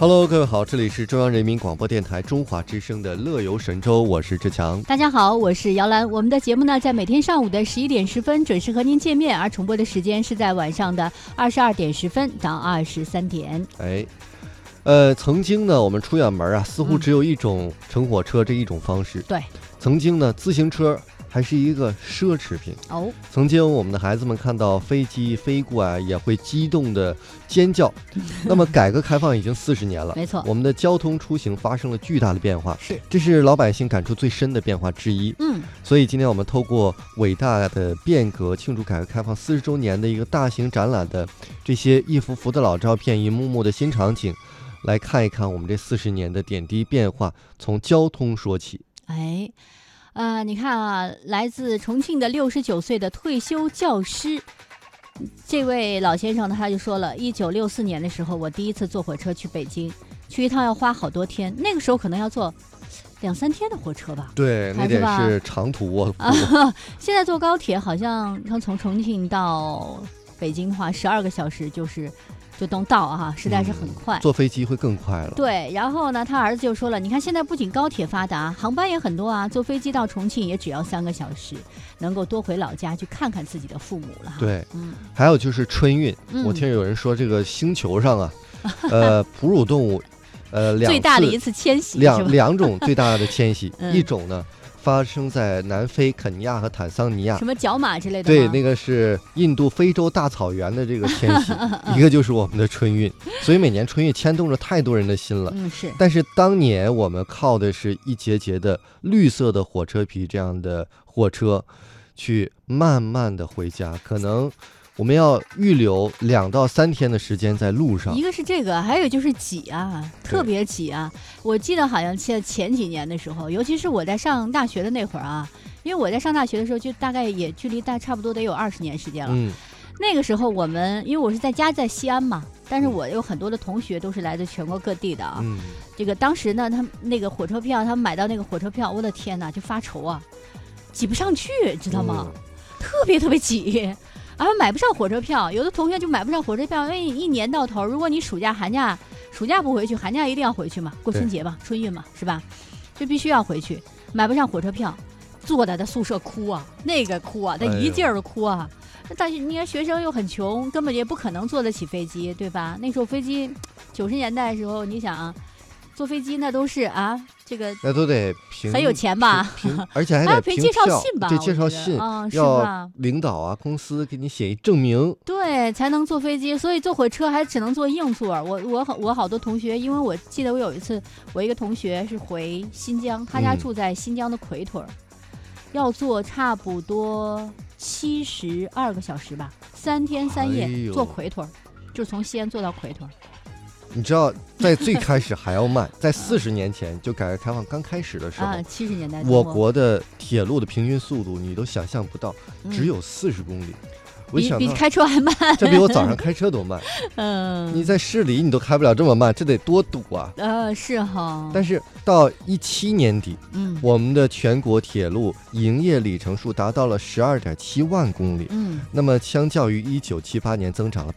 Hello， 各位好，这里是中央人民广播电台中华之声的乐游神州，我是志强。 大家好，我是姚兰。我们的节目呢，在每天上午的11点10分准时和您见面，而重播的时间是在晚上的22点10分到23点。 曾经呢，我们出远门啊，似乎只有一种乘火车这一种方式。 对， 曾经呢，自行车还是一个奢侈品。曾经我们的孩子们看到飞机飞过啊，也会激动的尖叫。那么改革开放已经40年了， 没错， 我们的交通出行发生了巨大的变化， 这是老百姓感触最深的变化之一。所以今天我们透过伟大的变革，庆祝改革开放40周年的一个大型展览的这些一幅幅的老照片，一幕幕的新场景，来看一看我们这40年的点滴变化，从交通说起。 你看啊，来自重庆的69岁的退休教师，这位老先生呢，他就说了，1964年的时候，我第一次坐火车去北京，去一趟要花好多天，那个时候可能要坐2-3天的火车吧。 对，那得是长途现在坐高铁好像从重庆到北京的话，12个小时就能到啊，实在是很快。 坐飞机会更快了。 对，然后呢，他儿子就说了，你看现在不仅高铁发达，航班也很多啊，坐飞机到重庆也只要3个小时，能够多回老家去看看自己的父母了。 对，还有就是春运，我听有人说这个星球上啊，哺乳动物， 最大的一次迁徙， 两种最大的迁徙，一种呢发生在南非、肯尼亚和坦桑尼亚， 什么角马之类的。 对，那个是印度非洲大草原的这个迁徙，一个就是我们的春运。所以每年春运牵动着太多人的心了。 是。 但是当年我们靠的是一节节的绿色的火车皮这样的火车，去慢慢的回家，可能我们要预留2到3天的时间在路上。 一个是这个，还有就是挤啊，特别挤啊。我记得好像前几年的时候，尤其是我在上大学的那会儿啊，因为我在上大学的时候就大概也距离差不多得有20年时间了。那个时候我们因为我是在西安嘛，但是我有很多的同学都是来自全国各地的啊。这个当时呢，他们那个火车票，他们买到那个火车票，我的天哪，就发愁啊，挤不上去，知道吗？特别特别挤。买不上火车票，有的同学就买不上火车票，因为一年到头，如果你暑假不回去，寒假一定要回去嘛，过春节嘛，春运嘛，是吧？就必须要回去，买不上火车票，坐在宿舍哭啊，那个哭啊，他一劲儿的哭啊。但是你看学生又很穷，根本也不可能坐得起飞机，对吧？那时候飞机90年代的时候，你想坐飞机那都是这个那都得很有钱吧， 而且还得凭介绍信吧？ 对，介绍信要领导啊、公司给你写一证明， 对，才能坐飞机。所以坐火车还只能坐硬座。我好多同学，因为我记得我有一次，我一个同学是回新疆，他家住在新疆的奎屯，要坐差不多72个小时吧，3天3夜坐奎屯，就从西安坐到奎屯。 你知道，在最开始还要慢，在40年前就改革开放刚开始的时候 ，70年代我国的铁路的平均速度你都想象不到，只有40公里。我想比开车还慢， 这比我早上开车都慢。你在市里你都开不了这么慢，这得多堵啊！ 是哈。 但是到17年底，我们的全国铁路营业里程数达到了12.7万公里。那么相较于1978年增长了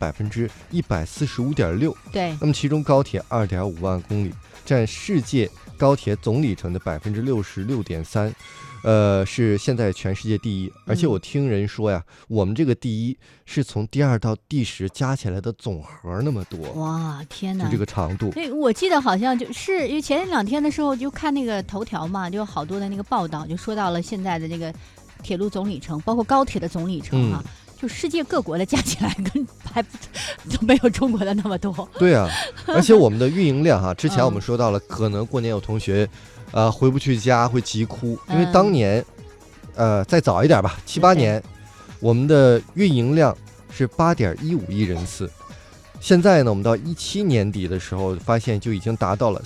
145.6%。 对。 那么其中高铁2.5万公里，占世界高铁总里程的66.3%。是现在全世界第一，而且我听人说呀，我们这个第一是从第2到第10加起来的总和那么多。 哇，天哪！ 就这个长度。 我记得好像就是因为前2天的时候就看那个头条嘛，就有好多的那个报道，就说到了现在的这个铁路总里程，包括高铁的总里程啊，就世界各国的加起来还都没有中国的那么多。 对啊，而且我们的运营量之前我们说到了，可能过年有同学回不去家会急哭，因为当年再早一点吧，7、8年，我们的运营量是8.15亿人次。现在呢，我们到17年底的时候，发现就已经达到了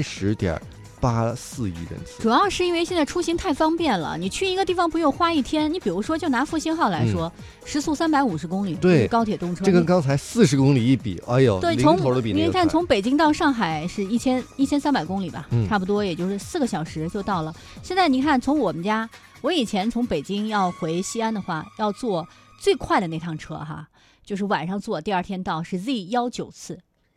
30.84亿人次。 主要是因为现在出行太方便了，你去一个地方不用花1天。你比如说，就拿复兴号来说，时速350公里， 对， 高铁动车， 这跟刚才40公里一比，哎呦， 对， 零头都比那个快。 你看，从北京到上海是1300公里吧，差不多也就是4个小时就到了。现在你看，从我们家，我以前从北京要回西安的话，要坐最快的那趟车哈，就是晚上坐，第2天到，是 Z19次。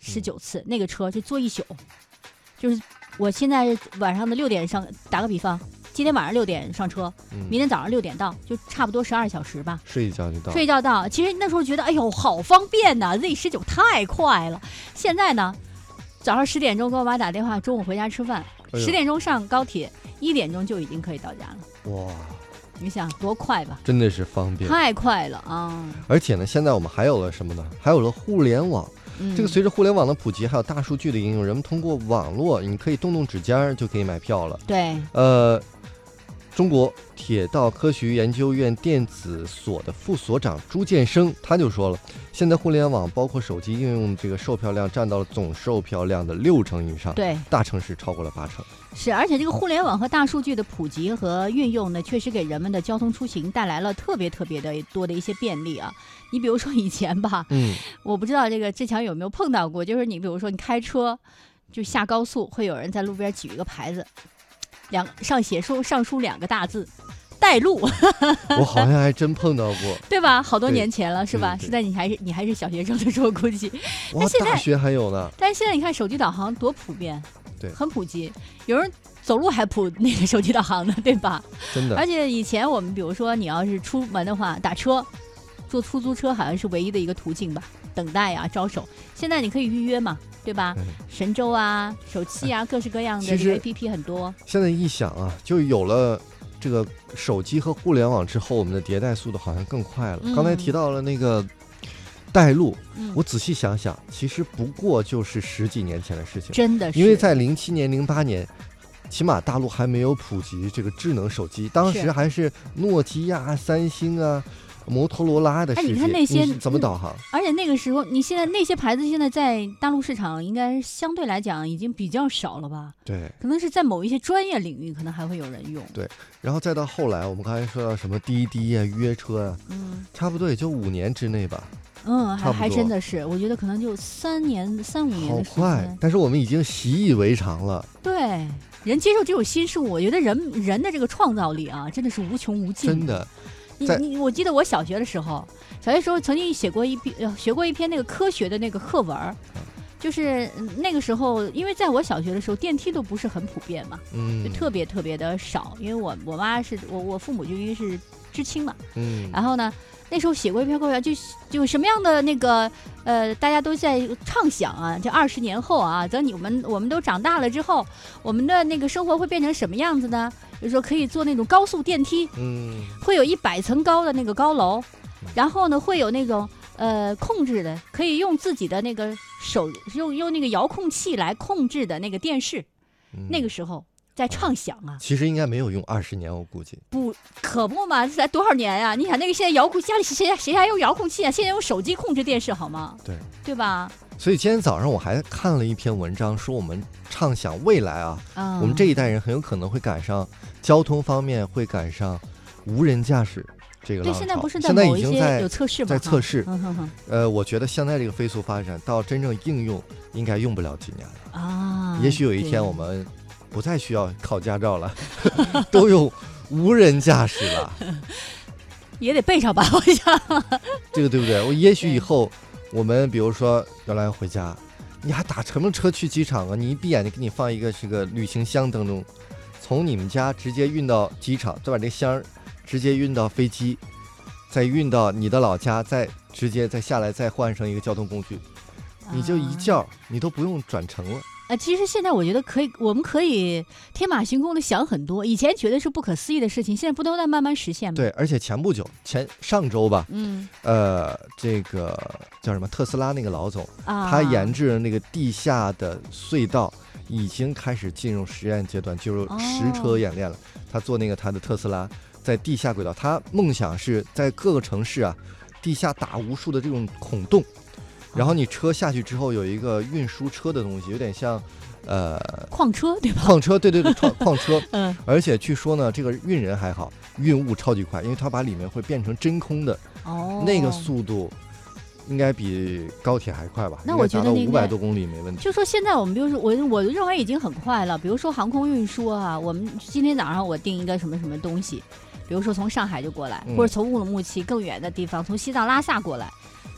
19次，那个车就坐一宿，就是我现在晚上的6点上，打个比方，今天晚上6点上车，明天早上6点到，就差不多12小时吧， 睡一觉就到， 睡一觉到。其实那时候觉得，哎呦，好方便呐，Z19太快了。现在呢，早上10点钟给我妈打电话，中午回家吃饭，10点钟上高铁，1点钟就已经可以到家了。哇！你想多快吧？ 真的是方便， 太快了啊！ 而且呢，现在我们还有了什么呢？还有了互联网。这个随着互联网的普及，还有大数据的应用，人们通过网络，你可以动动指尖就可以买票了。 对， 中国铁道科学研究院电子所的副所长朱建生他就说了，现在互联网包括手机应用这个售票量占到了总售票量的60%以上， 对， 大城市超过了80%。 是，而且这个互联网和大数据的普及和运用呢，确实给人们的交通出行带来了特别的多的一些便利啊。你比如说以前吧，我不知道这个志强有没有碰到过，就是你比如说你开车就下高速，会有人在路边举一个牌子，上书2个大字带路。 我好像还真碰到过， 对吧？好多年前了，是吧？现在你还是小学生的时候估计， 哇，大学还有呢。 但是现在你看手机导航多普遍， 对， 很普及，有人走路还普那个手机导航呢，对吧？ 真的。 而且以前我们比如说你要是出门的话，打车、坐出租车好像是唯一的一个途径吧，等待啊、招手。现在你可以预约嘛，对吧？神州啊、手气啊，各式各样的 APP 很多。 现在一想啊，就有了这个手机和互联网之后，我们的迭代速度好像更快了。刚才提到了那个带路，我仔细想想，其实不过就是10几年前的事情， 真的是。 因为在07年、08年，起码大陆还没有普及这个智能手机，当时还是诺基亚、三星啊、摩托罗拉的世界。 你看那些怎么导航？ 而且那个时候，你现在那些牌子现在在大陆市场应该相对来讲已经比较少了吧？ 对， 可能是在某一些专业领域，可能还会有人用。 对，然后再到后来，我们刚才说到什么滴滴啊、约车啊，差不多也就5年之内吧。 还真的是，我觉得可能就3、5年的时间。 好快，但是我们已经习以为常了。 对，人接受这种新事物，我觉得人的这个创造力啊，真的是无穷无尽。 真的。 我记得我小学的时候曾经学过一篇那个科学的那个课文，就是那个时候，因为在我小学的时候，电梯都不是很普遍嘛，就特别的少。因为我妈是我父母就因为是知青嘛，然后呢，那时候写过一篇课文，就什么样的那个大家都在畅想啊，这20年后啊，等我们都长大了之后，我们的那个生活会变成什么样子呢？比如说可以坐那种高速电梯，会有100层高的那个高楼，然后呢会有那种控制的，可以用自己的那个手用那个遥控器来控制的那个电视，那个时候在畅想啊。 其实应该没有用20年，我估计。 可不嘛，这才多少年呀？你想那个现在遥控家里谁还用遥控器啊？现在用手机控制电视好吗？对吧？ 所以今天早上我还看了一篇文章，说我们畅想未来啊，我们这一代人很有可能会赶上交通方面会赶上无人驾驶这个浪潮。对，现在不是在某一些有测试吗？在测试。我觉得现在这个飞速发展到真正应用，应该用不了几年了啊。也许有一天我们不再需要考驾照了，都用无人驾驶了。 也得备上吧，我想。 这个对不对？也许以后我们比如说原来回家，你还打什么车去机场啊？你一闭眼睛给你放一个是个旅行箱当中，从你们家直接运到机场，再把这箱直接运到飞机，再运到你的老家，再直接再下来，再换成一个交通工具，你就一觉你都不用转乘了。 其实现在我觉得我们可以天马行空的想很多，以前觉得是不可思议的事情，现在不都在慢慢实现吗？ 对，而且上周吧，这个叫什么特斯拉那个老总，他研制的那个地下的隧道已经开始进入实验阶段，就是实车演练了。他做那个他的特斯拉在地下轨道，他梦想是在各个城市啊，地下打无数的这种孔洞。然后你车下去之后有一个运输车的东西，有点像矿车对吧？ 矿车，对，矿车。而且据说呢，这个运人还好，运物超级快，因为它把里面会变成真空的。那个速度应该比高铁还快吧？ 那我觉得 500多公里没问题。 就说现在我们比如说我认为已经很快了，比如说航空运输啊，我们今天早上我订一个什么东西，比如说从上海就过来，或者从乌鲁木齐更远的地方，从西藏拉萨过来。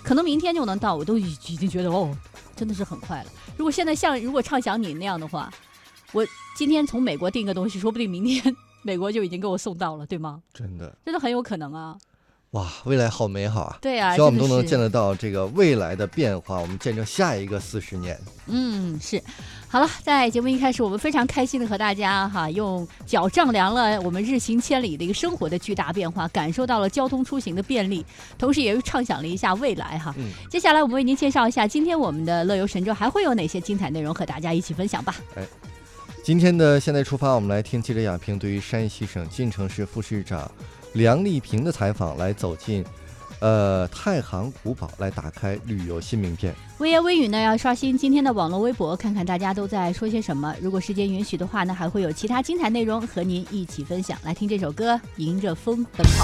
可能明天就能到，我都已经觉得真的是很快了。如果现在如果畅想你那样的话，我今天从美国订个东西，说不定明天美国就已经给我送到了，对吗？ 真的很有可能啊。 哇，未来好美好啊！ 对啊， 希望我们都能见得到这个未来的变化，我们见证下一个40年。 是。好了，在节目一开始，我们非常开心的和大家用脚丈量了我们日行千里的一个生活的巨大变化，感受到了交通出行的便利，同时也畅想了一下未来接下来我们为您介绍一下今天我们的乐游神州还会有哪些精彩内容和大家一起分享吧。 今天的现在出发，我们来听记者亚平对于山西省晋城市副市长梁丽萍的采访，来走进太行古堡，来打开旅游新名片。 微言微语呢，要刷新今天的网络微博，看看大家都在说些什么。如果时间允许的话呢，还会有其他精彩内容和您一起分享。来听这首歌《迎着风奔跑》。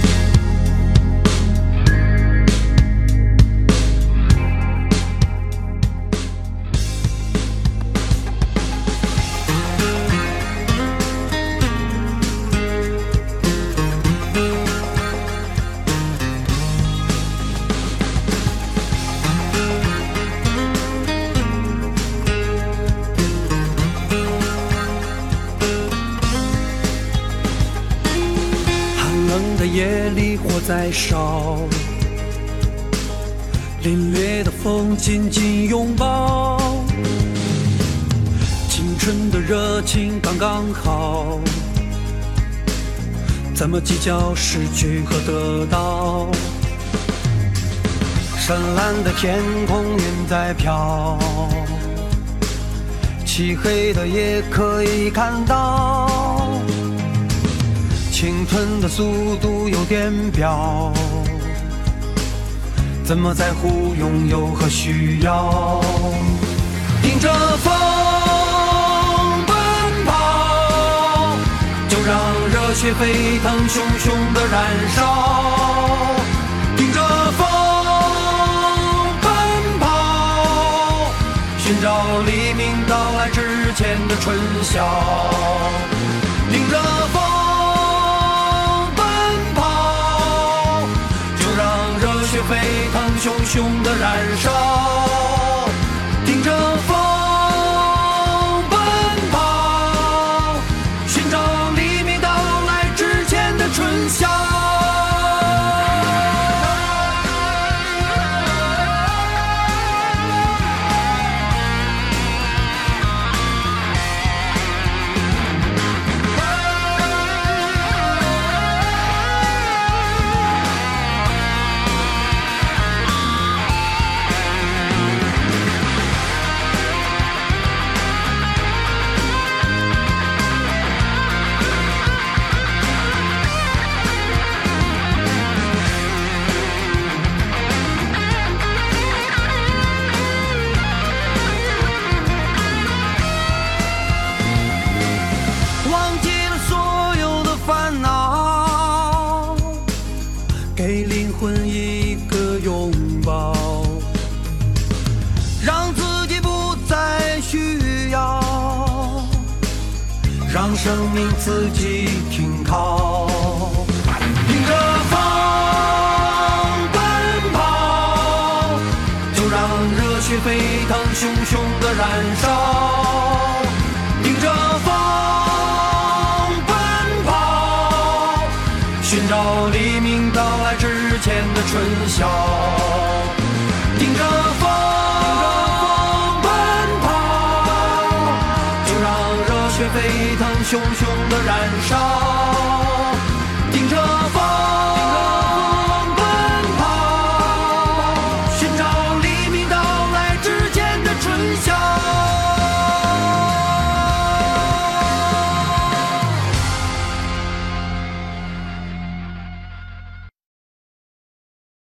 夜里火在烧，凛冽的风紧紧拥抱，青春的热情刚刚好，怎么计较失去和得到？深蓝的天空云在飘，漆黑的夜可以看到，鲸吞的速度有点飙，怎么在乎拥有和需要？迎着风奔跑，就让热血沸腾，熊熊的燃烧。迎着风奔跑，寻找黎明到来之前的春晓。迎着风沸腾，熊熊的燃烧，迎着风奔跑，寻找黎明到来之前的春晓。给灵魂一个拥抱，让自己不再需要，让生命自己停靠。迎着风奔跑，就让热血沸腾，熊熊的燃烧。迎着风奔跑，寻找黎明到来之前的春晓。迎着风奔跑，就让热血沸腾，熊熊的燃烧。